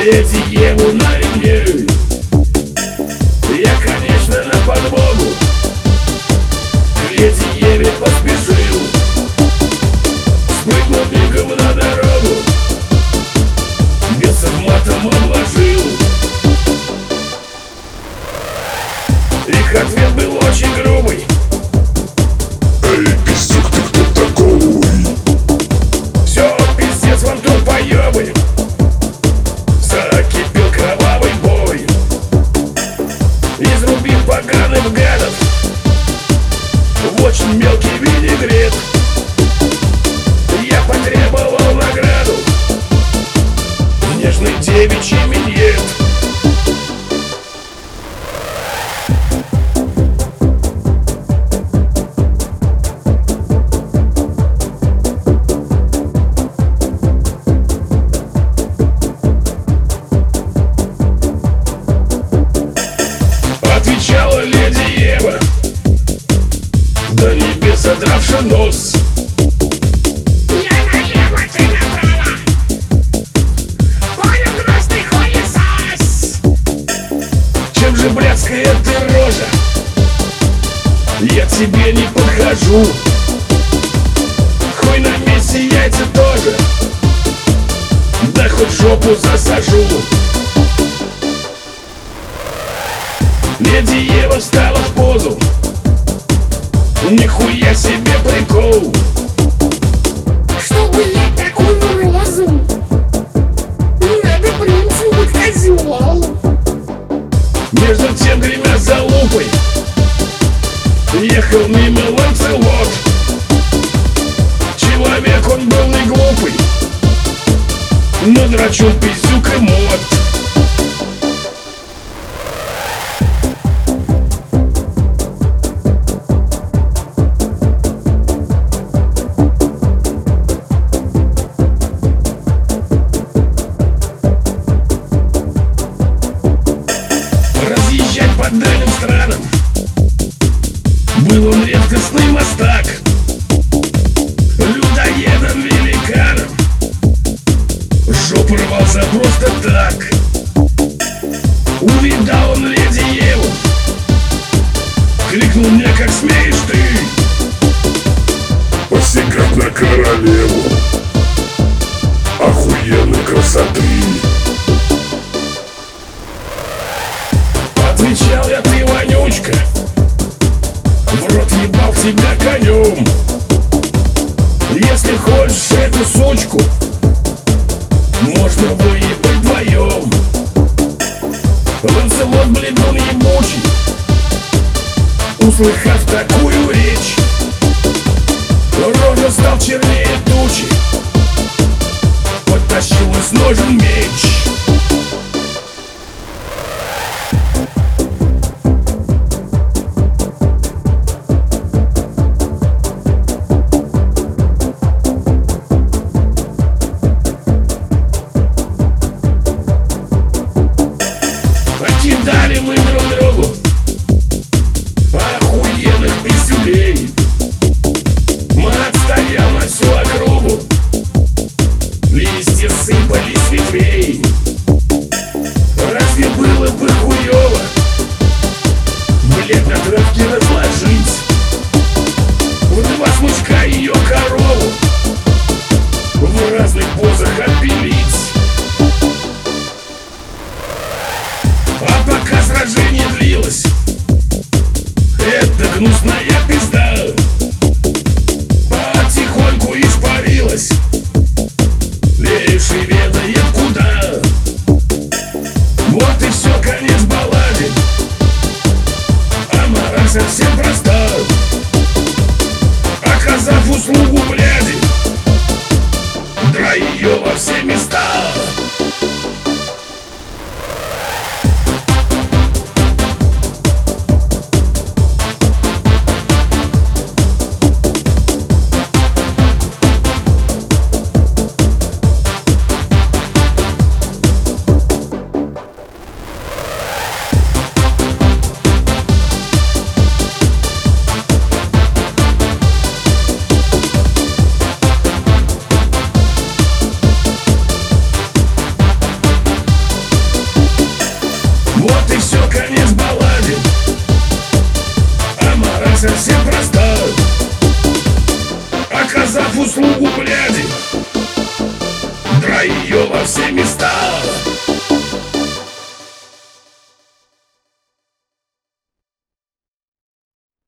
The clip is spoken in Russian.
Леди Еву на ремне. Я, конечно, на подмогу к Леди Еве поспешил. Спрыгнул бегом на дорогу, бесов матом обложил. Их ответ был очень грубый: эй, пиздюк, ты кто такой? все, пиздец вам тут поебы. Закипел кровавый бой, изрубив поганых гадов в очень мелкий винегрет. Я потребовал награду, нежный девичий миньет. Отвечала леди Ева, до небес задравши нос: я налево, ты направо. Понял, грозный хуесос. чем же блядская ты рожа? Я к тебе не подхожу. Хуй на месте, яйца тоже, да хоть жопу засажу. Леди Ева встала в позу, нихуя себе прикол. Чтобы я такую розу, надо принцу быть козел. Между тем, гремя залупой, ехал мимо Ланцелот. Человек он был не глупый, но драчун, пиздюк и мод. Разъезжать по дальним странам был он редкостный мастак, людоедом великаном. Жопу рвался просто так. Увидал он леди Еву, крикнул мне: как смеешь ты Посягать на королеву охуенной красоты. Отвечал я: ты вонючка, в рот ебал тебя конем. Если хочешь эту сучку, можно выебать вдвоем. Ланцелот бледун ебучий, услыхав такую речь, рожа стал чернее тучи, подтащил из ножен меч. Покидали мы друг другу охуенных пиздюлей. Мы отстоял на всю округу, листья сыпались с ветвей. Разве было бы хуёво, блядь, на травке разложить в два смычка ее корову, в разных позах отпилить? А пока сражение длилось, эта гнусная пизда потихоньку испарилась, леший ведает куда. Вот и все, конец балладе, а мораль совсем проста. Оказав услугу бляди, драй ее во все места. ее во все места.